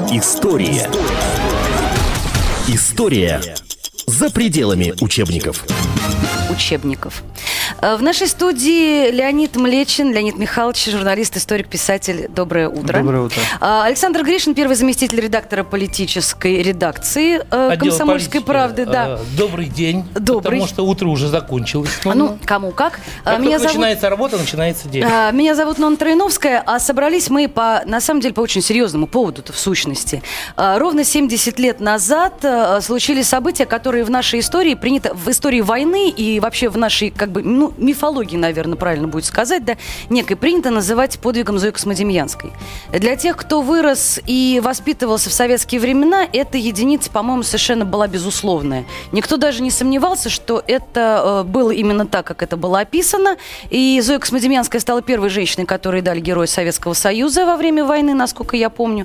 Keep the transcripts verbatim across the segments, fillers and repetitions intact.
История. История за пределами учебников. Учебников. В нашей студии Леонид Млечин, Леонид Михайлович, журналист, историк, писатель. Доброе утро. Доброе утро. Александр Гришин, первый заместитель редактора политической редакции Отдел «Комсомольской правды». Да. Добрый день. Добрый. Потому что утро уже закончилось. Ну, кому как. Как Меня только зовут... начинается работа, начинается день. Меня зовут Нонна Троиновская, а собрались мы по, на самом деле, по очень серьезному поводу-то в сущности. Ровно семьдесят лет назад случились события, которые в нашей истории принято, в истории войны и вообще в нашей, как бы, ну, мифологии, наверное, правильно будет сказать, да, некой принято называть подвигом Зои Космодемьянской. Для тех, кто вырос и воспитывался в советские времена, эта единица, по-моему, совершенно была безусловная. Никто даже не сомневался, что это э, было именно так, как это было описано. И Зоя Космодемьянская стала первой женщиной, которой дали Героя Советского Союза во время войны, насколько я помню.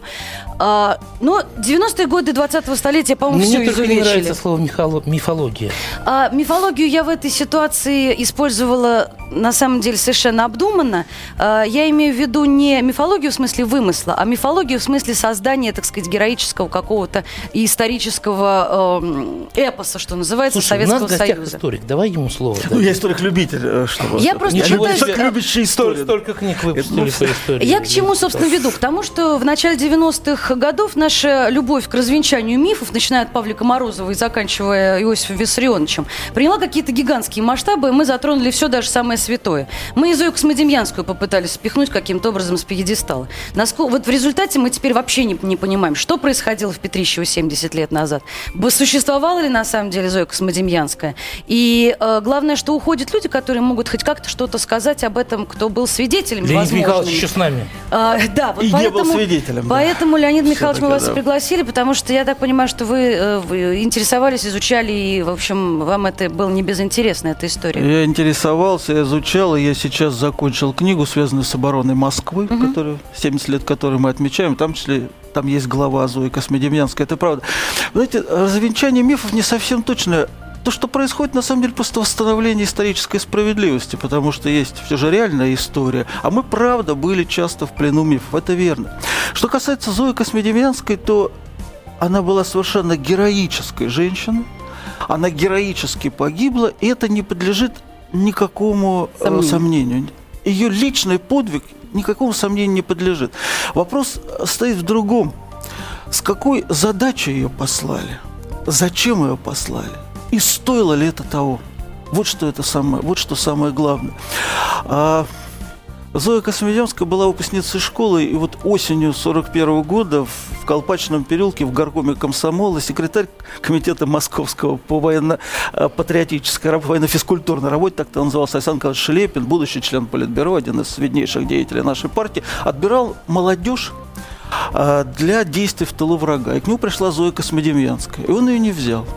А, но девяностые годы двадцатого столетия, по-моему, Мне все только изувечили. не нравится слово мифоло- мифология. А, мифологию я в этой ситуации использовала, на самом деле, совершенно обдуманно. А, я имею в виду не мифологию в смысле вымысла, а мифологию в смысле создания, так сказать, героического какого-то и исторического э, эпоса, что называется, Слушай, Советского у нас в гостях Союза. историк, давай ему слово. Ну, я историк-любитель. Что Я просто Ничего пытаюсь... себе. любящий историю. Столько книг выпустили по истории. Я к чему, собственно, веду? К тому, что в начале девяностых годов наша любовь к развенчанию мифов, начиная от Павлика Морозова и заканчивая Иосифом Виссарионовичем, приняла какие-то гигантские масштабы, и мы затронули все, даже самое святое. Мы и Зою Космодемьянскую попытались спихнуть каким-то образом с пьедестала. Насколько... Вот в результате мы теперь вообще не, не понимаем, что происходило в Петрищево семьдесят лет назад. Существовала ли на самом деле Зоя Космодемьянская? И э, главное, что уходят люди, которые могут хоть как-то что-то сказать об этом, кто был свидетелем. Леонид Михайлович еще с нами. А, да, вот И поэтому, не был свидетелем. Поэтому, да. Леонид Михайлович, мы вас да. пригласили, потому что я так понимаю, что вы, вы интересовались, изучали, и, в общем, вам это было не безинтересно, эта история. Я интересовался, я изучал, и я сейчас закончил книгу, связанную с обороной Москвы, Угу. которую, семьдесят лет которой мы отмечаем, в том числе там есть глава Зои Космодемьянской, это правда. Вы знаете, развенчание мифов не совсем точное. То, что происходит, на самом деле, просто восстановление исторической справедливости, потому что есть все же реальная история. А мы, правда, были часто в плену мифов, это верно. Что касается Зои Космодемьянской, то она была совершенно героической женщиной, она героически погибла, и это не подлежит никакому сомнению. сомнению. Ее личный подвиг никакому сомнению не подлежит. Вопрос стоит в другом. С какой задачей ее послали? Зачем ее послали? И стоило ли это того? Вот что это самое, вот что самое главное. А Зоя Космодемьянская была выпускницей школы, и вот осенью сорок первого года в Колпачном переулке в горкоме комсомола секретарь комитета Московского по военно-патриотической работе, военно-физкультурной работе, так-то он назывался, Александр Николаевич Шелепин, будущий член Политбюро, один из виднейших деятелей нашей партии, отбирал молодежь для действий в тылу врага. И к нему пришла Зоя Космодемьянская, и он ее не взял.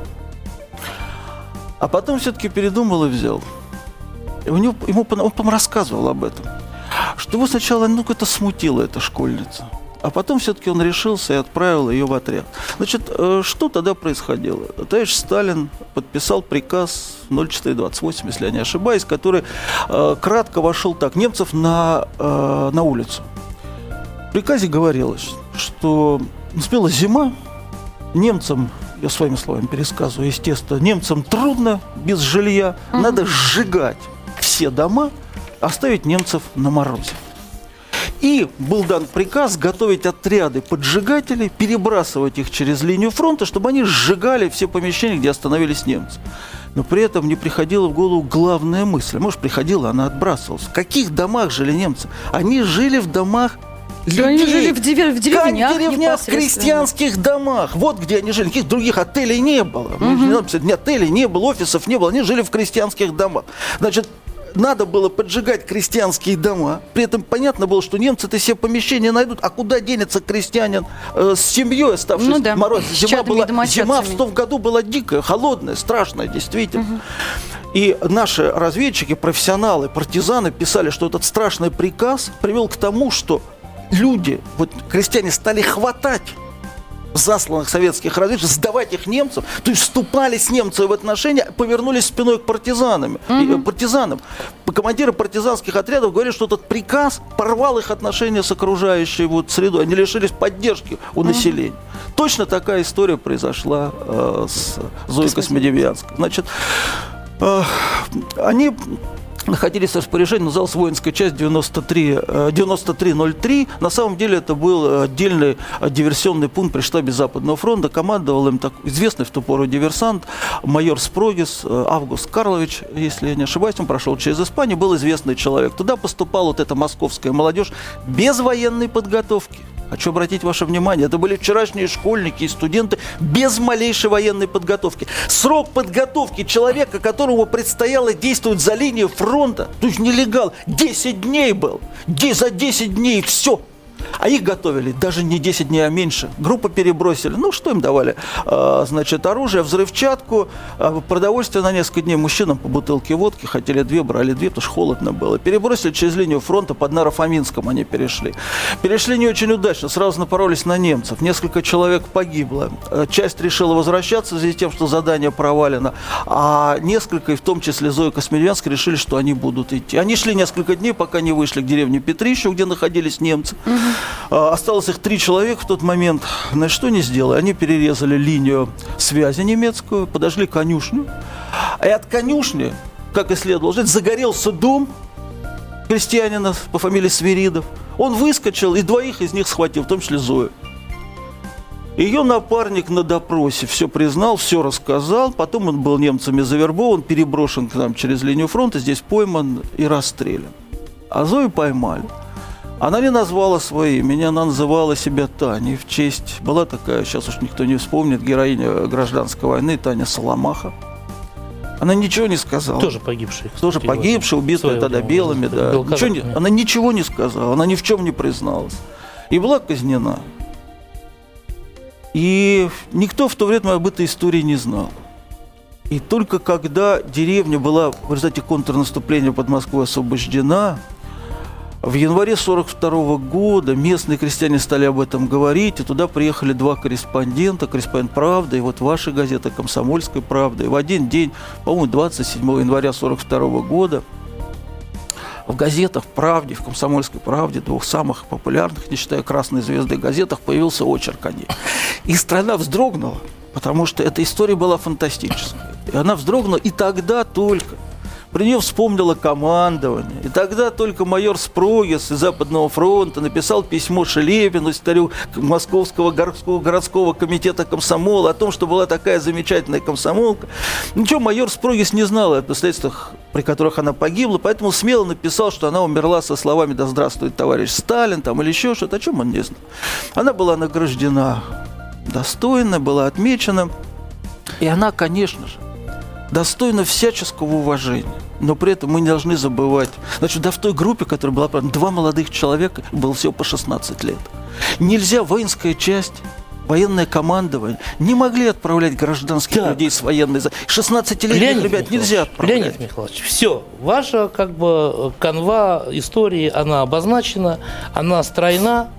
А потом все-таки передумал и взял. И у него, ему, он, по-моему, рассказывал об этом. Что его сначала ну, это смутила, эта школьница. А потом все-таки он решился и отправил ее в отряд. Значит, что тогда происходило? Товарищ Сталин подписал приказ ноль четыре двадцать восемь, если я не ошибаюсь, который э, кратко вошел так. Немцев на, э, на улицу. В приказе говорилось, что наступила зима, немцам, я своими словами пересказываю, естественно, немцам трудно без жилья, uh-huh. надо сжигать все дома, оставить немцев на морозе. И был дан приказ готовить отряды поджигателей, перебрасывать их через линию фронта, чтобы они сжигали все помещения, где остановились немцы. Но при этом не приходила в голову главная мысль. Может, приходила, она отбрасывалась. В каких домах жили немцы? Они жили в домах людей. Они жили в, дерев- в деревнях, как в деревнях, в крестьянских домах. Вот где они жили. Никаких других отелей не было. Угу. Не надо писать, ни отелей не было, офисов не было. Они жили в крестьянских домах. Значит, надо было поджигать крестьянские дома. При этом понятно было, что немцы-то все помещения найдут. А куда денется крестьянин э, с семьей, оставшись ну, да. в морозе? Зима, была, зима в сто году была дикая, холодная, страшная, действительно. Угу. И наши разведчики, профессионалы, партизаны писали, что этот страшный приказ привел к тому, что люди, вот крестьяне, стали хватать засланных советских разведчиков, сдавать их немцам, то есть вступали с немцами в отношения, повернулись спиной к партизанам. Mm-hmm. И, партизанам. Командиры партизанских отрядов говорили, что этот приказ порвал их отношения с окружающей вот средой. Они лишились поддержки у mm-hmm. населения. Точно такая история произошла э, с Зоей Космодемьянской. Значит, э, они находились в распоряжении, называлась воинская часть девяносто три ноль три. На самом деле это был отдельный диверсионный пункт при штабе Западного фронта. Командовал им так, известный в ту пору диверсант, майор Спрогис, Август Карлович, если я не ошибаюсь, он прошел через Испанию, был известный человек. Туда поступала вот эта московская молодежь без военной подготовки. Хочу обратить ваше внимание, это были вчерашние школьники и студенты без малейшей военной подготовки. Срок подготовки человека, которому предстояло действовать за линией фронта, то есть нелегал, десять дней был. За десять дней все. А их готовили даже не десять дней, а меньше. Группы перебросили. Ну, что им давали? А, значит, оружие, взрывчатку, а, продовольствие на несколько дней. Мужчинам по бутылке водки хотели две, брали две, потому что холодно было. Перебросили через линию фронта, под Наро-Фоминском они перешли. Перешли не очень удачно, сразу напоролись на немцев. Несколько человек погибло. Часть решила возвращаться в связи с тем, что задание провалено. А несколько, и в том числе Зоя Космодемьянская, решили, что они будут идти. Они шли несколько дней, пока не вышли к деревне Петрищу, где находились немцы. Осталось их три человека в тот момент. Значит, что они сделали? Они перерезали линию связи немецкую, подошли к конюшню. И от конюшни, как и следовало ждать, загорелся дом крестьянина по фамилии Свиридов. Он выскочил и двоих из них схватил, в том числе Зою. Ее напарник на допросе все признал, все рассказал. Потом он был немцами завербован, переброшен к нам через линию фронта, здесь пойман и расстрелян. А Зою поймали. Она не назвала свое имя, она называла себя Таней в честь. Была такая, сейчас уж никто не вспомнит, героиня гражданской войны Таня Соломаха. Она ничего не сказала. Тоже погибшая. Тоже погибшая, убитая тогда белыми. Да. Ничего не, она ничего не сказала, она ни в чем не призналась. И была казнена. И никто в то время об этой истории не знал. И только когда деревня была в результате контрнаступления под Москвой освобождена, в январе сорок второго года местные крестьяне стали об этом говорить, и туда приехали два корреспондента, корреспондент «Правды» и вот ваша газета «Комсомольская правда». И в один день, по-моему, двадцать седьмого января сорок второго года, в газетах «Правде», в «Комсомольской правде», двух самых популярных, не считая «Красной звезды» газетах, появился очерк о ней. И страна вздрогнула, потому что эта история была фантастическая. И она вздрогнула, и тогда только при нее вспомнило командование. И тогда только майор Спрогис из Западного фронта написал письмо Шелепину, секретарю Московского городского, городского комитета комсомола, о том, что была такая замечательная комсомолка. Ничего, майор Спрогис не знал о обстоятельствах, при которых она погибла, поэтому смело написал, что она умерла со словами «Да здравствует товарищ Сталин» там, или еще что-то. О чем он не знал. Она была награждена достойно, была отмечена. И она, конечно же, достойна всяческого уважения. Но при этом мы не должны забывать. Значит, да в той группе, которая была, два молодых человека, было всего по шестнадцать лет. Нельзя, воинская часть, военное командование не могли отправлять гражданских так. людей с военной... шестнадцатилетних ребят нельзя отправлять. Леонид Михайлович, все. Ваша как бы канва истории, она обозначена, она стройна.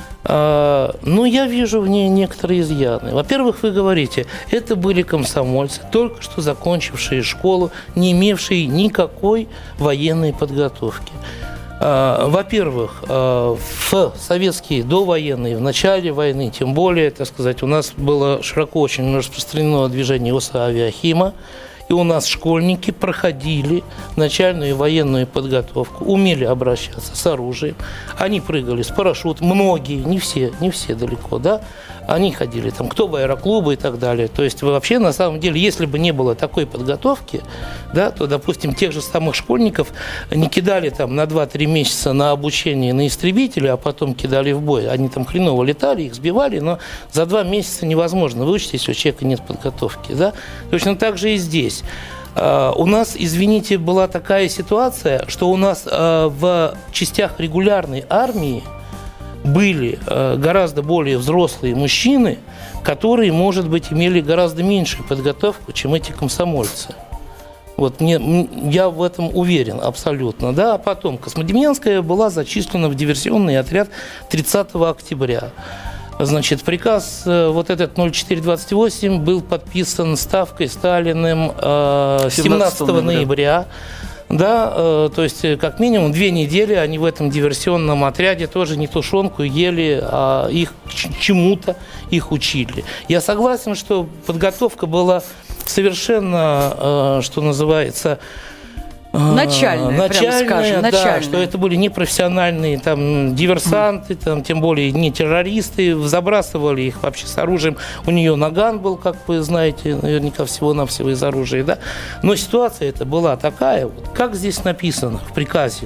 Но я вижу в ней некоторые изъяны. Во-первых, вы говорите, это были комсомольцы, только что закончившие школу, не имевшие никакой военной подготовки. Во-первых, в советские довоенные, в начале войны, тем более, так сказать, у нас было широко очень распространено движение ОСА «Авиахима», и у нас школьники проходили начальную военную подготовку, умели обращаться с оружием. Они прыгали с парашютом, многие, не все, не все далеко, да. Они ходили там, кто в аэроклубы и так далее. То есть вообще, на самом деле, если бы не было такой подготовки, да, то, допустим, тех же самых школьников не кидали там на два-три месяца на обучение на истребители, а потом кидали в бой. Они там хреново летали, их сбивали, но за два месяца невозможно выучить, если у человека нет подготовки, да. Точно так же и здесь. Uh, у нас, извините, была такая ситуация, что у нас uh, в частях регулярной армии были uh, гораздо более взрослые мужчины, которые, может быть, имели гораздо меньшую подготовку, чем эти комсомольцы. Вот мне, я в этом уверен абсолютно. Да? А потом Космодемьянская была зачислена в диверсионный отряд тридцатого октября. Значит, приказ э, вот этот ноль четыре двадцать восемь был подписан Ставкой Сталиным э, семнадцатого ноября. Да, э, то есть как минимум две недели они в этом диверсионном отряде тоже не тушенку ели, а их к чему-то их учили. Я согласен, что подготовка была совершенно, э, что называется, Начальная, начальная, прямо скажем, да, начальная. что это были непрофессиональные там диверсанты, там, тем более не террористы, забрасывали их вообще с оружием. У нее наган был, как вы знаете, наверняка всего-навсего из оружия, да. Но ситуация эта была такая, вот, как здесь написано в приказе.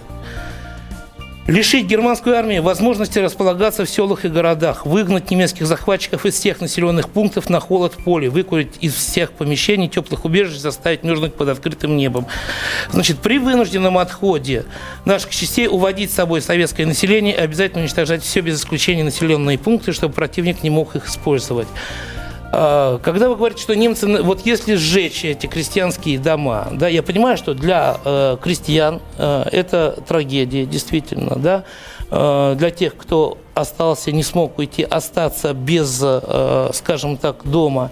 Лишить германскую армию возможности располагаться в селах и городах, выгнать немецких захватчиков из всех населенных пунктов на холод поле, выкурить из всех помещений теплых убежищ, заставить мерзнуть под открытым небом. Значит, при вынужденном отходе наших частей уводить с собой советское население и обязательно уничтожать все без исключения населенные пункты, чтобы противник не мог их использовать. Когда вы говорите, что немцы, вот если сжечь эти крестьянские дома, да, я понимаю, что для э, крестьян э, это трагедия, действительно, да, э, для тех, кто остался, не смог уйти, остаться без, э, скажем так, дома,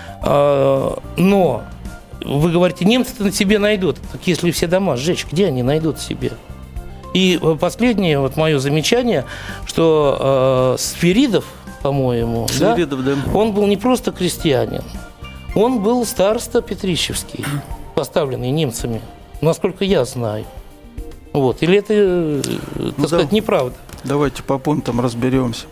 э, но вы говорите, немцы-то на себе найдут, так если все дома сжечь, где они найдут себе? И последнее вот мое замечание, что э, Свиридов, по-моему, да? Да. Он был не просто крестьянин, он был староста Петрищевский, поставленный немцами, насколько я знаю. Вот. Или это, так ну, сказать, да. неправда? Давайте по пунктам разберемся.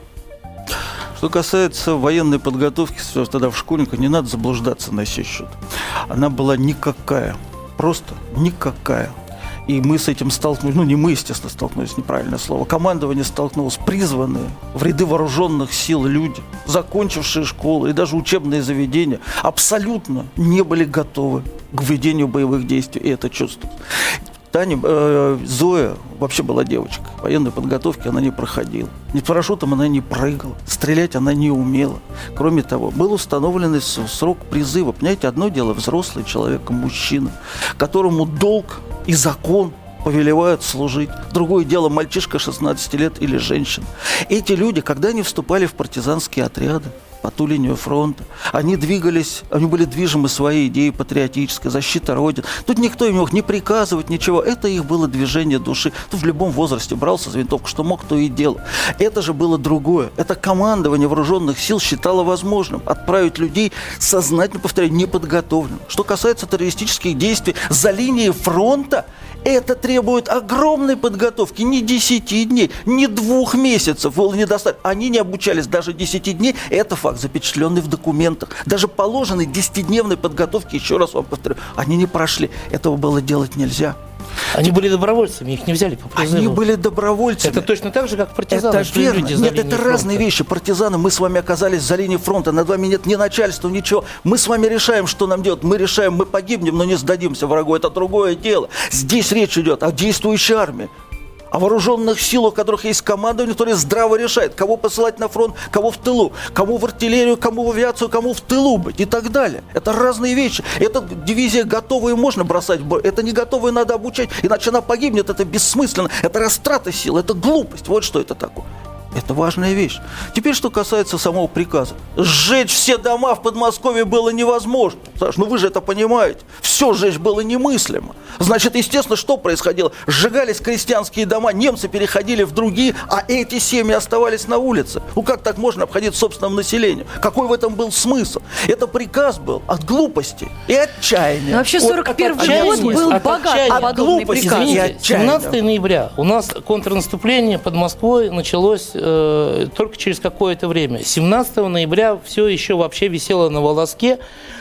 Что касается военной подготовки, тогда в школьниках не надо заблуждаться на сей счет. Она была никакая, просто никакая. И мы с этим столкнулись, ну не мы, естественно, столкнулись, неправильное слово, командование столкнулось, призванные в ряды вооруженных сил люди, закончившие школы и даже учебные заведения, абсолютно не были готовы к введению боевых действий, и это чувствуется. Таня, э, Зоя вообще была девочкой, военной подготовки она не проходила, ни с парашютом она не прыгала, стрелять она не умела. Кроме того, был установлен срок призыва, понимаете, одно дело взрослый человек, мужчина, которому долг и закон повелевают служить. Другое дело мальчишка шестнадцати лет или женщина. Эти люди, когда они вступали в партизанские отряды по ту линию фронта, они двигались, они были движимы своей идеей патриотической, защиты Родины. Тут никто им не мог не приказывать ничего. Это их было движение души. Тут в любом возрасте брался за винтовку, что мог, то и делал. Это же было другое. Это командование вооруженных сил считало возможным отправить людей, сознательно, повторяю, неподготовленных. Что касается террористических действий за линией фронта, это требует огромной подготовки, не десяти дней, не двух месяцев. Недостаточно. Они не обучались даже десяти дней. Это факт, запечатленный в документах. Даже положенной десятидневной подготовки, еще раз вам повторю, они не прошли. Этого было делать нельзя. Они были добровольцами, их не взяли по призыву. Они были добровольцами. Это точно так же, как партизаны. Это верно. Люди за Нет, линией это фронта. разные вещи. Партизаны, мы с вами оказались за линией фронта, над вами нет ни начальства, ничего. Мы с вами решаем, что нам делать. Мы решаем, мы погибнем, но не сдадимся врагу. Это другое дело. Здесь речь идет о действующей армии, о вооруженных силах, у которых есть командование, которое здраво решает, кого посылать на фронт, кого в тылу, кому в артиллерию, кому в авиацию, кому в тылу быть и так далее. Это разные вещи. Эта дивизия готовая можно бросать в бой, это не готовая надо обучать, иначе она погибнет, это бессмысленно, это растрата сил, это глупость. Вот что это такое. Это важная вещь. Теперь, что касается самого приказа. Сжечь все дома в Подмосковье было невозможно. Саш, ну вы же это понимаете. Все сжечь было немыслимо. Значит, естественно, что происходило? Сжигались крестьянские дома, немцы переходили в другие, а эти семьи оставались на улице. Ну как так можно обходить собственным населением? Какой в этом был смысл? Это приказ был от глупости и отчаяния. Но вообще сорок первый год был от богат отчаяния, на от подобный глупости. приказ. Извините, отчаянно. семнадцатого ноября у нас контрнаступление под Москвой началось э, только через какое-то время. семнадцатого ноября все еще вообще висело на волоске.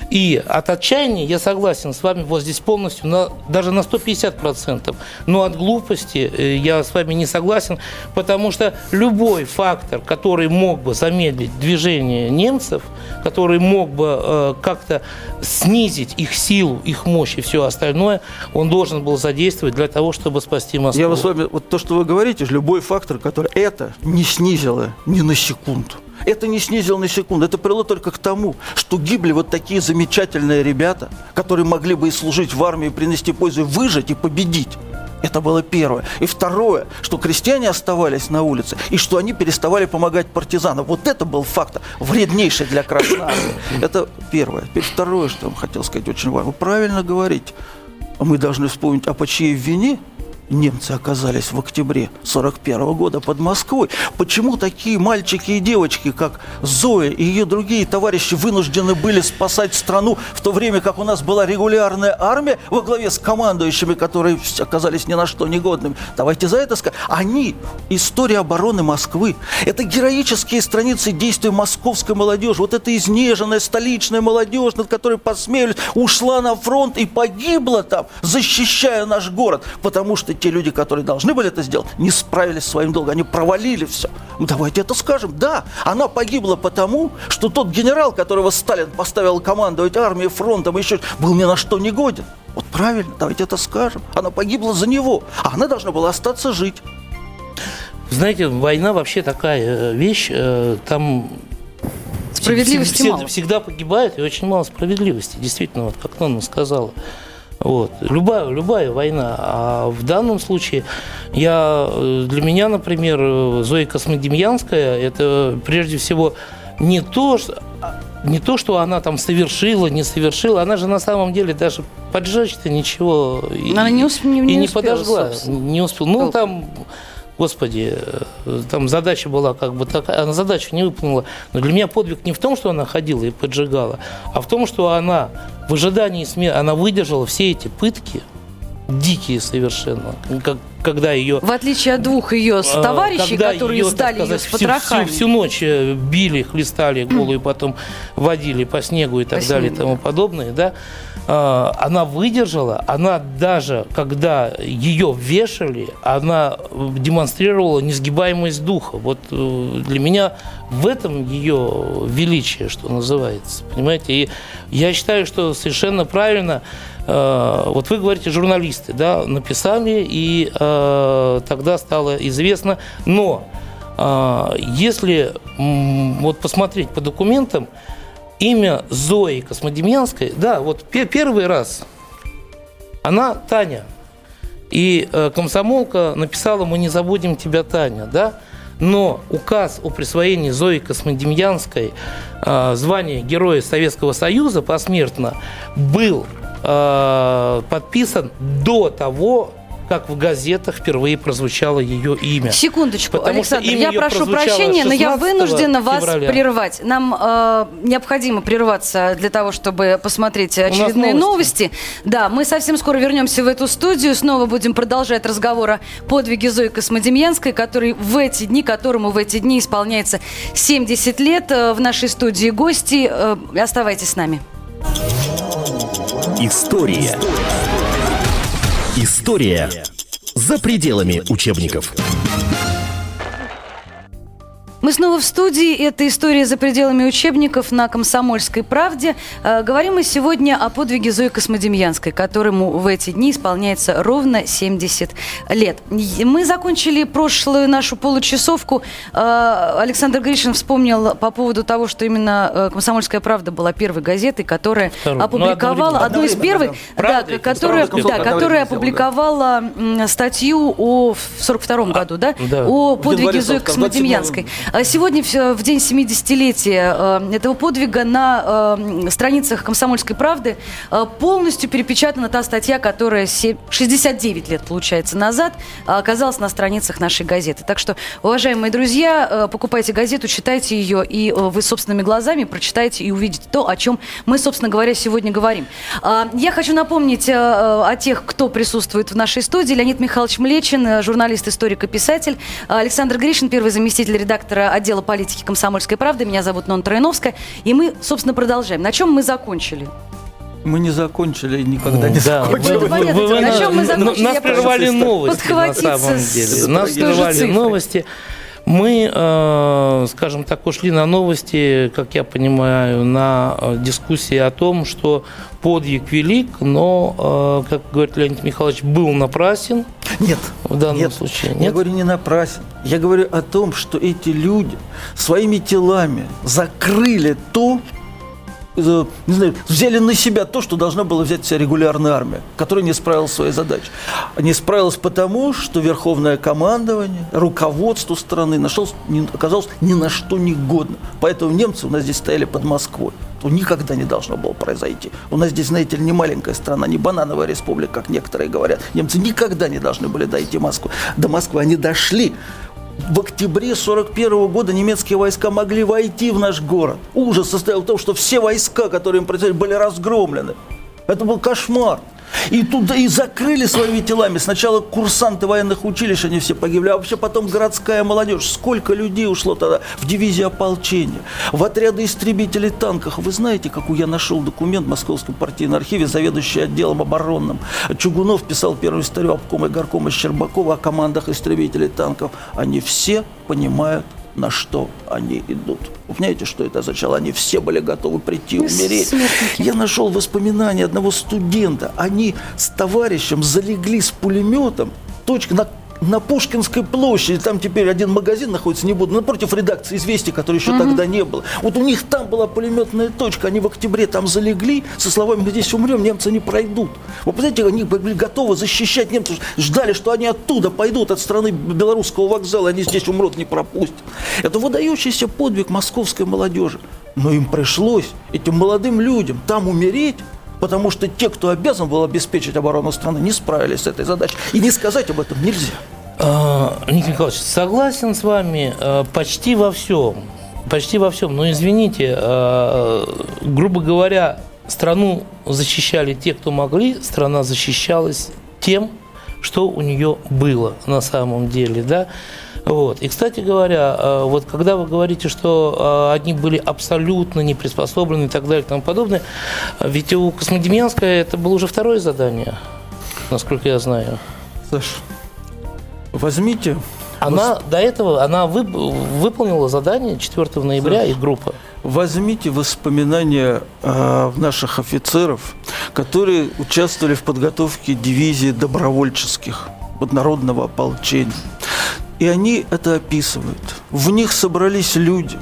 И от отчаяния, я согласен с вами вот здесь полностью, на, даже на сто пятьдесят процентов. Но от глупости э, я с вами не согласен, потому что любой фактор, который мог бы замедлить движение немцев, который мог бы э, как-то снизить их силу, их мощь и все остальное, он должен был задействовать для того, чтобы спасти Москву. Я с вами, вот то, что вы говорите, любой фактор, который это не снизило ни на секунду. Это не снизило на секунду. Это привело только к тому, что гибли вот такие замечательные ребята, которые могли бы и служить в армии, принести пользу, выжить и победить. Это было первое. И второе, что крестьяне оставались на улице, и что они переставали помогать партизанам. Вот это был фактор вреднейший для Красной Армии. Это первое. Теперь второе, что я вам хотел сказать, очень важно. Вы правильно говорите. Мы должны вспомнить, а по чьей вине немцы оказались в октябре сорок первого года под Москвой. Почему такие мальчики и девочки, как Зоя и ее другие товарищи, вынуждены были спасать страну, в то время как у нас была регулярная армия во главе с командующими, которые оказались ни на что негодными? Давайте за это скажем. Они – история обороны Москвы. Это героические страницы действия московской молодежи. Вот эта изнеженная столичная молодежь, над которой посмеялись, ушла на фронт и погибла там, защищая наш город, потому что те люди, которые должны были это сделать, не справились со своим долгом, они провалили все. Давайте это скажем. Да, она погибла потому, что тот генерал, которого Сталин поставил командовать армией, фронтом, еще был ни на что не годен. Вот правильно, давайте это скажем. Она погибла за него, а она должна была остаться жить. Знаете, война вообще такая вещь, там справедливости всегда, мало. Всегда погибает и очень мало справедливости. Действительно, вот как Нонна сказала. Вот. Любая, любая война. А в данном случае я, для меня, например, Зоя Космодемьянская, это прежде всего не то, что, не то, что она там совершила, не совершила. Она же на самом деле даже поджечь-то ничего она и не, усп... не, и не не успела, подожгла. Собственно. Не успела. Ну, там... Господи, там задача была как бы такая, она задачу не выполнила. Но для меня подвиг не в том, что она ходила и поджигала, а в том, что она в ожидании смерти, она выдержала все эти пытки, дикие совершенно, как, когда ее... В отличие от двух ее товарищей, которые ее, сдали ее с всю, потрохами. Всю, всю ночь били, хлестали голую, потом водили по снегу и так по далее снегу. И тому подобное, да. Она выдержала, она даже, когда ее вешали, она демонстрировала несгибаемость духа. Вот для меня в этом ее величие, что называется, понимаете. И я считаю, что совершенно правильно, вот вы говорите, журналисты, да, написали, и тогда стало известно. Но если вот посмотреть по документам, имя Зои Космодемьянской, да, вот первый раз она Таня. И э, комсомолка написала: «Мы не забудем тебя, Таня», да. Но указ о присвоении Зои Космодемьянской э, звания Героя Советского Союза посмертно был э, подписан до того, как в газетах впервые прозвучало ее имя. Секундочку, Потому Александр, я прошу прощения, но я вынуждена вас прервать. Нам э, необходимо прерваться для того, чтобы посмотреть очередные новости. новости. Да, мы совсем скоро вернемся в эту студию, снова будем продолжать разговор о подвиге Зои Космодемьянской, который в эти дни, которому в эти дни исполняется семьдесят лет. В нашей студии гости. Э, оставайтесь с нами. История. История за пределами учебников. Мы снова в студии. Это «История за пределами учебников» на «Комсомольской правде». Э, говорим мы сегодня о подвиге Зои Космодемьянской, которому в эти дни исполняется ровно семьдесят лет. Мы закончили прошлую нашу получасовку. Э, Александр Гришин вспомнил по поводу того, что именно «Комсомольская правда» была первой газетой, которая Второй. опубликовала, ну, одной из первых, да, которая, да, которая опубликовала да. статью о, в сорок втором году, да, да. о подвиге Зои Космодемьянской. Сегодня, в день семидесятилетия этого подвига, на страницах «Комсомольской правды» полностью перепечатана та статья, которая шестьдесят девять лет, получается, назад оказалась на страницах нашей газеты. Так что, уважаемые друзья, покупайте газету, читайте ее, и вы собственными глазами прочитаете и увидите то, о чем мы, собственно говоря, сегодня говорим. Я хочу напомнить о тех, кто присутствует в нашей студии. Леонид Михайлович Млечин, журналист, историк и писатель. Александр Гришин, первый заместитель редактора отдела политики «Комсомольской правды». Меня зовут Нонна Троиновская. И мы, собственно, продолжаем. На чем мы закончили? Мы не закончили и никогда не да, закончили. Вы, вы, вы, вы, на чем мы закончили? Нас прервали новости, на самом деле. Нас прервали новости. Мы, э, скажем так, ушли на новости, как я понимаю, на дискуссии о том, что подвиг велик, но, э, как говорит Леонид Михайлович, был напрасен. Нет, в данном нет, случае. Нет? Я говорю не напрасен. Я говорю о том, что эти люди своими телами закрыли то, не знаю, взяли на себя то, что должна была взять вся регулярная армия, которая не справилась с своей задачей. Не справилась потому, что верховное командование, руководство страны нашлось, не, оказалось ни на что не годно. Поэтому немцы у нас здесь стояли под Москвой. То никогда не должно было произойти. У нас здесь, знаете ли, не маленькая страна, не банановая республика, как некоторые говорят. Немцы никогда не должны были дойти Москву. До Москвы они дошли. В октябре сорок первого года немецкие войска могли войти в наш город. Ужас состоял в том, что все войска, которые им противостояли, были разгромлены. Это был кошмар. И туда и закрыли своими телами. Сначала курсанты военных училищ, они все погибли, а вообще потом городская молодежь. Сколько людей ушло тогда в дивизии ополчения, в отряды истребителей танков. Вы знаете, какой я нашел документ в Московском партийном архиве, заведующий отделом оборонным. Чугунов писал первую историю обкома и горкома Щербакова о командах истребителей танков. Они все понимают, на что они идут. Вы понимаете, что это означало? Они все были готовы прийти умереть. Смертники. Я нашел воспоминания одного студента. Они с товарищем залегли с пулеметом точка на, на Пушкинской площади. Там теперь один магазин находится, не буду, напротив редакции «Известий», которой еще mm-hmm. тогда не было. Вот у них там была пулеметная точка. Они в октябре там залегли со словами: «Мы здесь умрем, немцы не пройдут». Вы понимаете, они были готовы защищать немцев. Ждали, что они оттуда пойдут, от страны Белорусского вокзала. Они здесь умрут, не пропустят. Это выдающийся подвиг московской молодежи. Но им пришлось, этим молодым людям, там умереть, потому что те, кто обязан был обеспечить оборону страны, не справились с этой задачей. И не сказать об этом нельзя. Николай Николаевич, согласен с вами почти во всем. Почти во всем. Но извините, грубо говоря, страну защищали те, кто могли. Страна защищалась тем, что у нее было на самом деле, да. Вот. И, кстати говоря, вот когда вы говорите, что одни были абсолютно не приспособлены и так далее и тому подобное, ведь у Космодемьянской это было уже второе задание, насколько я знаю. Саша, возьмите... Она Вос... до этого она вы... выполнила задание четвёртого ноября, Саша, и группа. Возьмите воспоминания э, наших офицеров, которые участвовали в подготовке дивизии добровольческих народного ополчения. И они это описывают. В них собрались люди,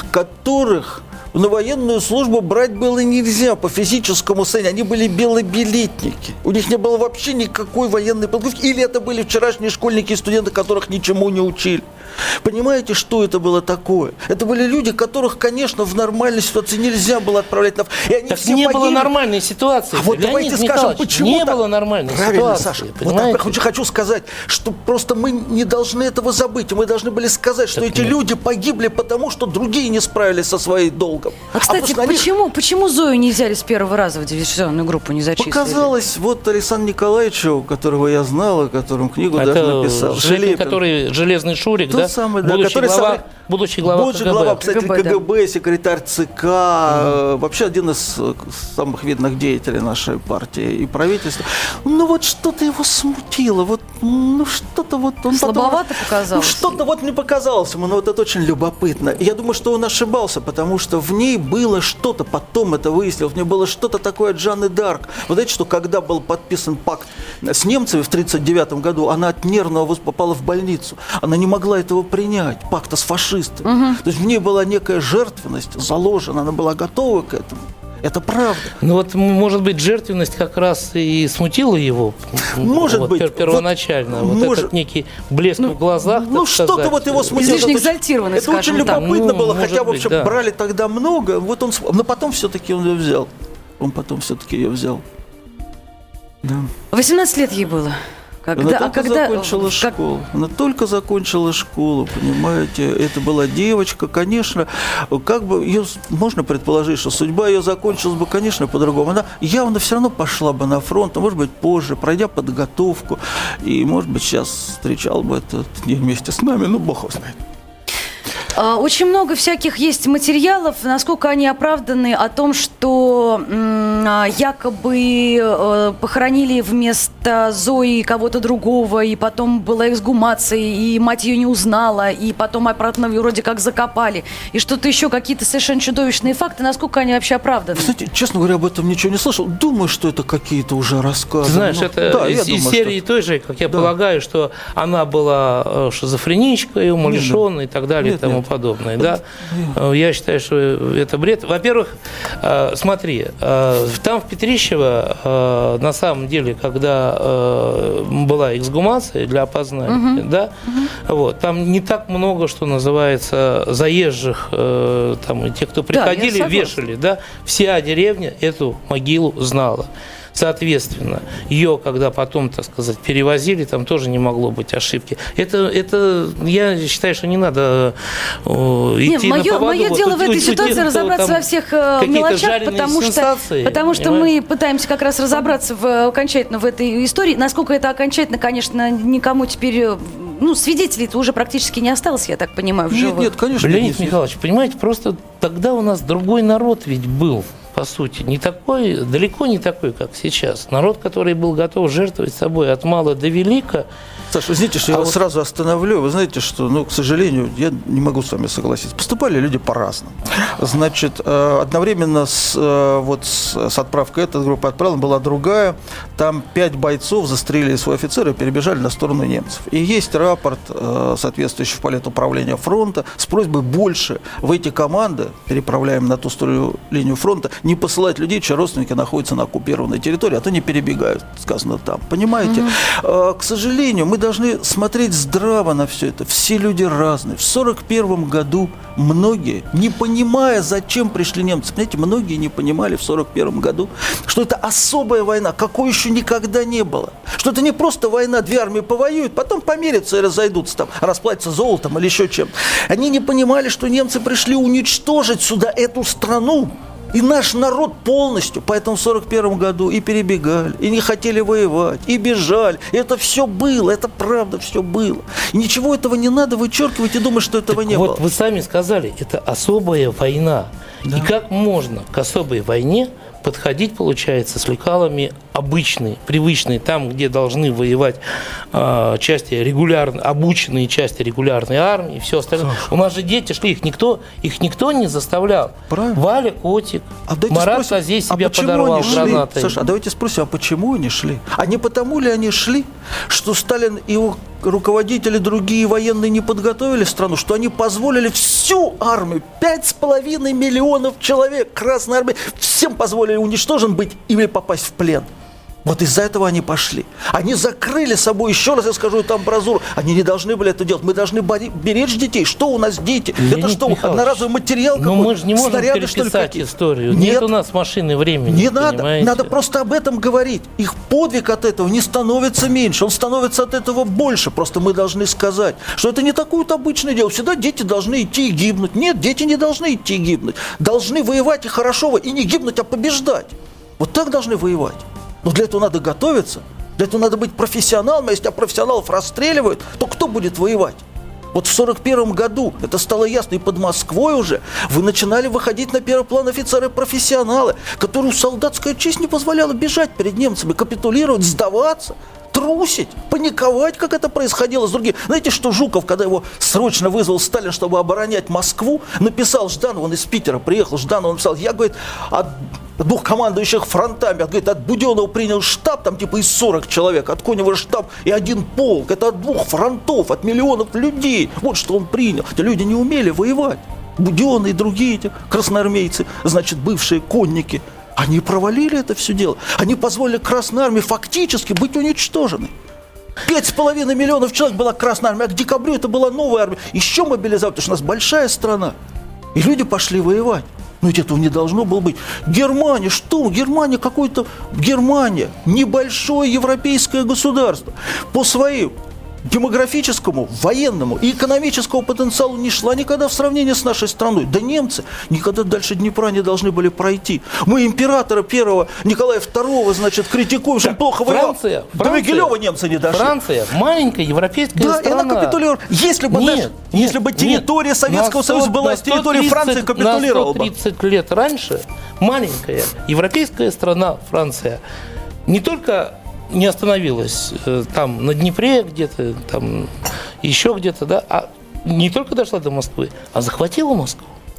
которых на военную службу брать было нельзя по физическому состоянию. Они были белобилетники. У них не было вообще никакой военной подготовки. Или это были вчерашние школьники и студенты, которых ничему не учили. Понимаете, что это было такое? Это были люди, которых, конечно, в нормальной ситуации нельзя было отправлять на... И они так все не погибли. было нормальной ситуации. А вот Леонид давайте скажем, почему не так? было нормальной Правильно, ситуации. Саша. Понимаете? Вот хочу, хочу сказать, что просто мы не должны этого забыть. Мы должны были сказать, что так эти нет. люди погибли, потому что другие не справились со своим долгом. А, кстати, а почему, них... почему Зою не взяли с первого раза в диверсионную группу, не зачислили? Показалось, вот Александру Николаевичу, которого я знал, о котором книгу это даже написал. Желепин, который Железный Шурик, Тот да? самый, да, будущий, который глава, самый... будущий глава будущий КГБ. глава, кстати, КГБ, КГБ, да. секретарь ЦК, mm-hmm. вообще один из самых видных деятелей нашей партии и правительства. Ну вот что-то его смутило, вот, ну что-то вот... Он Слабовато потом, показалось? Ну что-то вот мне показалось ему, но вот это очень любопытно. Я думаю, что он ошибался, потому что в ней было что-то, потом это выяснилось, в ней было что-то такое от Жанны д'Арк. Вы знаете, что когда был подписан пакт с немцами в тридцать девятом году, она от нервного попала в больницу. Она не могла этого принять, пакта с фашистами. Угу. То есть в ней была некая жертвенность заложена, она была готова к этому. Это правда. Ну вот, может быть, жертвенность как раз и смутила его. Может вот, быть. Первоначально. Вот, вот может... этот некий блеск ну, в глазах. Ну, что-то вот его смутило. Излишне экзальтированный, это очень любопытно ну, было, хотя, быть, в общем, да. брали тогда много. Вот он, но потом все-таки он ее взял. Он потом все-таки ее взял. Да. восемнадцать лет ей было. Когда, она только а когда, закончила как... школу. Она только закончила школу, понимаете. Это была девочка, конечно. Как бы ее можно предположить, что судьба ее закончилась бы, конечно, по-другому. Она явно все равно пошла бы на фронт, а может быть позже, пройдя подготовку. И, может быть, сейчас встречал бы этот день вместе с нами. Ну, бог его знает. Очень много всяких есть материалов, насколько они оправданы, о том, что м, якобы э, похоронили вместо Зои кого-то другого, и потом была эксгумация, и мать ее не узнала, и потом обратно ее вроде как закопали, и что-то еще, какие-то совершенно чудовищные факты, насколько они вообще оправданы. Кстати, честно говоря, об этом ничего не слышал. Думаю, что это какие-то уже рассказы. Ты знаешь, ну, это да, из, из думаю, серии что... той же, как я да. полагаю, что она была шизофреничкой, умалишенной и так далее. Нет, и тому подобное. Да? Я считаю, что это бред. Во-первых, смотри, там в Петрищево, на самом деле, когда была эксгумация для опознания, угу. да, угу. Вот, там не так много, что называется, заезжих, там, и те, кто приходили, да, вешали. Да? Вся деревня эту могилу знала. Соответственно, ее, когда потом, так сказать, перевозили, там тоже не могло быть ошибки. Это, это я считаю, что не надо э, идти Нет, на поводу. Мое вот, дело у, в этой у, ситуации у, разобраться во всех мелочах, потому что, потому что мы пытаемся как раз разобраться в, окончательно в этой истории. Насколько это окончательно, конечно, никому теперь... Ну, свидетелей-то уже практически не осталось, я так понимаю, в живых. Нет, нет, конечно. Леонид Михайлович, понимаете, просто тогда у нас другой народ ведь был. По сути, не такой, далеко не такой, как сейчас. Народ, который был готов жертвовать собой от мала до велика. Саша, извините, что а я вот... вас сразу остановлю. Вы знаете, что, ну, к сожалению, я не могу с вами согласиться. Поступали люди по-разному. Значит, одновременно с, вот, с отправкой этой группы отправлена была другая. Там пять бойцов застрелили своего офицера и перебежали на сторону немцев. И есть рапорт, соответствующий в политуправления фронта, с просьбой больше в эти команды, переправляем на ту сторону линию фронта, не посылать людей, чьи родственники находятся на оккупированной территории, а то не перебегают, сказано там. Понимаете? Mm-hmm. К сожалению, мы должны смотреть здраво на все это. Все люди разные. В сорок первом году многие, не понимая, зачем пришли немцы, понимаете, многие не понимали в сорок первом году, что это особая война, какой еще никогда не было. Что это не просто война, две армии повоюют, потом помирятся и разойдутся там, расплатятся золотом или еще чем. Они не понимали, что немцы пришли уничтожить сюда эту страну. И наш народ полностью, поэтому в сорок первом году и перебегали, и не хотели воевать, и бежали. И это все было, это правда все было. И ничего этого не надо вычеркивать и думать, что этого так не вот было. Вот вы сами сказали, это особая война. Да. И как можно к особой войне подходить, получается, с лекалами обычные, привычные, там, где должны воевать э, части регулярно, обученные части регулярной армии и все остальное. Саша. У нас же дети шли, их никто, их никто не заставлял. Правильно. Валя Котик, а Марат Сазей себя а подорвал гранатой. Саша, а давайте спросим, а почему они шли? А не потому ли они шли, что Сталин и его руководители другие военные не подготовили страну, что они позволили всю армию, пять с половиной миллионов человек Красной армии, всем позволили уничтожен быть или попасть в плен. Вот из-за этого они пошли. Они закрыли собой, еще раз я скажу эту амбразуру, они не должны были это делать. Мы должны беречь детей. Что у нас дети? Леонид это что, Михайлович, одноразовый материал какой-то? Но мы же не можем снаряды, переписать историю. Нет, Нет у нас машины времени. Не надо. Понимаете? Надо просто об этом говорить. Их подвиг от этого не становится меньше, он становится от этого больше. Просто мы должны сказать, что это не такое-то обычное дело. Всегда дети должны идти и гибнуть. Нет, дети не должны идти и гибнуть. Должны воевать и хорошо, и не гибнуть, а побеждать. Вот так должны воевать. Но для этого надо готовиться, для этого надо быть профессионалом, а если профессионалов расстреливают, то кто будет воевать? Вот в сорок первом году это стало ясно, и под Москвой уже вы начинали выходить на первый план офицеры-профессионалы, которым солдатская честь не позволяла бежать перед немцами, капитулировать, сдаваться, трусить, паниковать, как это происходило с другими. Знаете, что Жуков, когда его срочно вызвал Сталин, чтобы оборонять Москву, написал Жданову, он из Питера приехал, Жданову написал, я, говорит, от двух командующих фронтами, говорит, от Буденова принял штаб, там типа из сорок человек, от Конева штаб и один полк, это от двух фронтов, от миллионов людей, вот что он принял. Эти люди не умели воевать. Буденный и другие эти красноармейцы, значит, бывшие конники, они провалили это все дело. Они позволили Красной армии фактически быть уничтоженной. Пять с половиной миллионов человек была Красная армия, а к декабрю это была новая армия. Еще мобилизовать, потому что у нас большая страна. И люди пошли воевать. Но ведь этого не должно было быть. Германия, что? Германия какой-то... Германия, небольшое европейское государство. По своей демографическому, военному и экономическому потенциалу не шла никогда в сравнении с нашей страной. Да немцы никогда дальше Днепра не должны были пройти. Мы императора первого Николая второго, значит, критикуем, что он плохо воевал. Франция, До Могилева немцы не дошли. Франция, маленькая европейская да, страна. Да, и она капитулировала. Если бы, нет, даже, нет, если бы территория нет, Советского Союза была с территории Франции, капитулировала бы. На сто тридцать лет раньше маленькая европейская страна Франция не только не остановилась э, там на Днепре где-то, там еще где-то, да, а не только дошла до Москвы, а захватила Москву.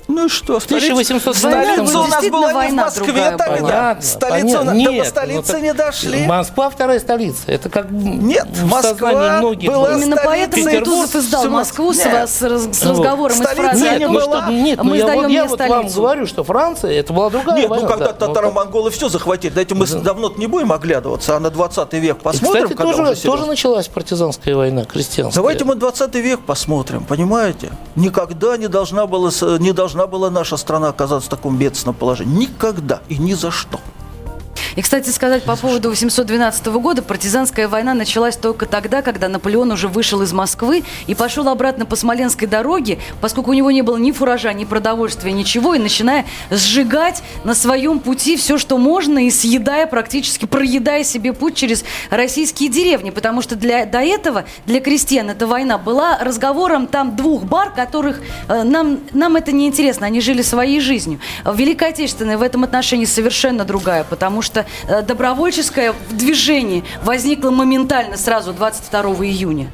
Ну и что? тысяча восемьсот Столица двадцатом у нас была не в война Москве, другая там и была. да. Понятно, Столица, понятно. до Нет, столицы ну, не дошли. Москва вторая столица. Это как Нет, в Москва сознании многих. была было. Именно поэтому Петербург, Кутузов издал всё- Москву с, Нет. с раз- с Вот. разговором из Столица Франции не о Нет, том, ну что что, нет, ну мы я, сдаем вот, я не вот вам столицу. говорю, что Франция, это была другая Нет, война. ну когда да. Ну, татаро-монголы все захватили, дайте мы давно не будем оглядываться, а на двадцатый век И, посмотрим, кстати, когда тоже, уже серьезно. тоже началась партизанская война, крестьянская. Давайте мы двадцатый век посмотрим, понимаете? Никогда не должна была, с- не должна была наша страна оказаться в таком бедственном положении. Никогда и ни за что. И, кстати, сказать по поводу восемьсот двенадцатого года, партизанская война началась только тогда, когда Наполеон уже вышел из Москвы и пошел обратно по Смоленской дороге, поскольку у него не было ни фуража, ни продовольствия, ничего, и начиная сжигать на своем пути все, что можно, и съедая практически, проедая себе путь через российские деревни, потому что для, до этого, для крестьян, эта война была разговором там двух бар, которых э, нам, нам это не интересно, они жили своей жизнью. Великая Отечественная в этом отношении совершенно другая, потому что добровольческое движение возникло моментально сразу двадцать второго июня.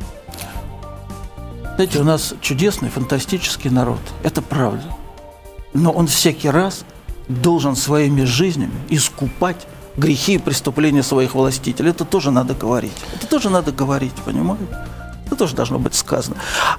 Знаете, у нас чудесный, фантастический народ. Это правда. Но он всякий раз должен своими жизнями искупать грехи и преступления своих властителей. Это тоже надо говорить. Это тоже надо говорить, понимаете? Это тоже должно быть сказано.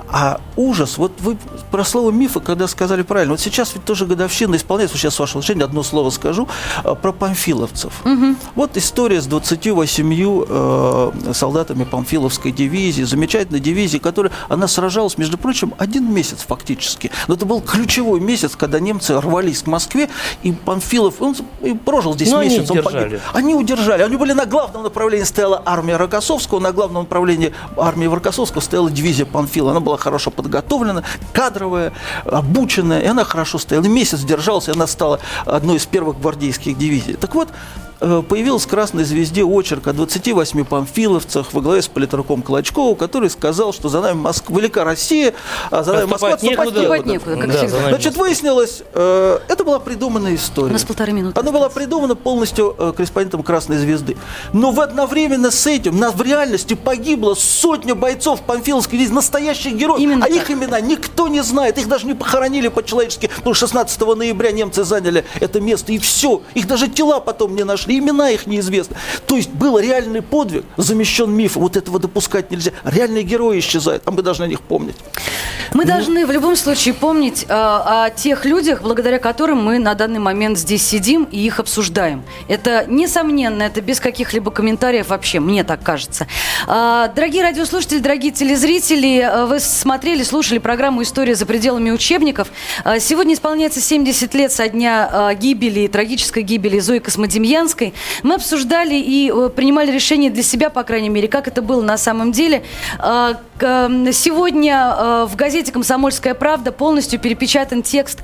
А ужас, вот вы про слово мифы, когда сказали правильно, вот сейчас ведь тоже годовщина исполняется, сейчас, с вашего разрешения, одно слово скажу, э, про памфиловцев. Угу. Вот история с двадцатью восемью э, солдатами Памфиловской дивизии, замечательной дивизии, которая, она сражалась, между прочим, один месяц фактически. Но это был ключевой месяц, когда немцы рвались к Москве, и Памфилов, он и прожил здесь Но месяц. они Он удержали. погиб. Они удержали. Они были на главном направлении, стояла армия Рокоссовского, на главном направлении армии Рокоссовского стояла дивизия Панфила. Она была хорошо подготовлена, кадровая, обученная, и она хорошо стояла. Месяц держалась, и она стала одной из первых гвардейских дивизий. Так вот, появилась в «Красной звезде» очерк о двадцати восьми памфиловцах во главе с политруком Клочковым, который сказал, что за нами Москва, велика Россия, а за нами Москва, отступать Отступать некуда, как Да, всегда. за нами Значит, Москва. выяснилось, э, это была придуманная история. У нас полторы минуты Она была осталось. придумана полностью э, корреспондентом «Красной звезды». Но в одновременно с этим на, в реальности погибло сотня бойцов Памфиловской дивизии, настоящих героев. Именно а так. их имена никто не знает. Их даже не похоронили по-человечески. Потому что шестнадцатого ноября немцы заняли это место, и все. Их даже тела потом не нашли. Имена их неизвестны. То есть был реальный подвиг, замещен мифом. Вот этого допускать нельзя. Реальные герои исчезают, а мы должны о них помнить. Мы должны в любом случае помнить э, о тех людях, благодаря которым мы на данный момент здесь сидим и их обсуждаем. Это несомненно, это без каких-либо комментариев вообще, мне так кажется. Э, дорогие радиослушатели, дорогие телезрители, э, вы смотрели, слушали программу «История за пределами учебников». Э, сегодня исполняется семьдесят лет со дня э, гибели, трагической гибели Зои Космодемьянской. Мы обсуждали и э, принимали решение для себя, по крайней мере, как это было на самом деле. Э, к, сегодня э, в газете «Комсомольская правда» полностью перепечатан текст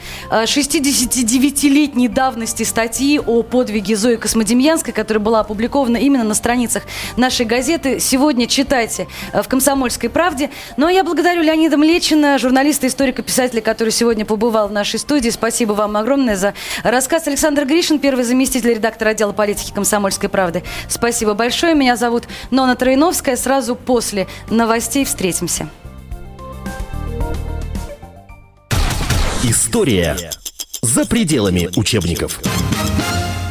шестидесятидевятилетней давности статьи о подвиге Зои Космодемьянской, которая была опубликована именно на страницах нашей газеты. Сегодня читайте в «Комсомольской правде». Ну а я благодарю Леонида Млечина, журналиста, историка, писателя, который сегодня побывал в нашей студии. Спасибо вам огромное за рассказ. Александр Гришин, первый заместитель редактора отдела политики «Комсомольской правды». Спасибо большое. Меня зовут Нона Троиновская. Сразу после новостей встретимся. История за пределами учебников.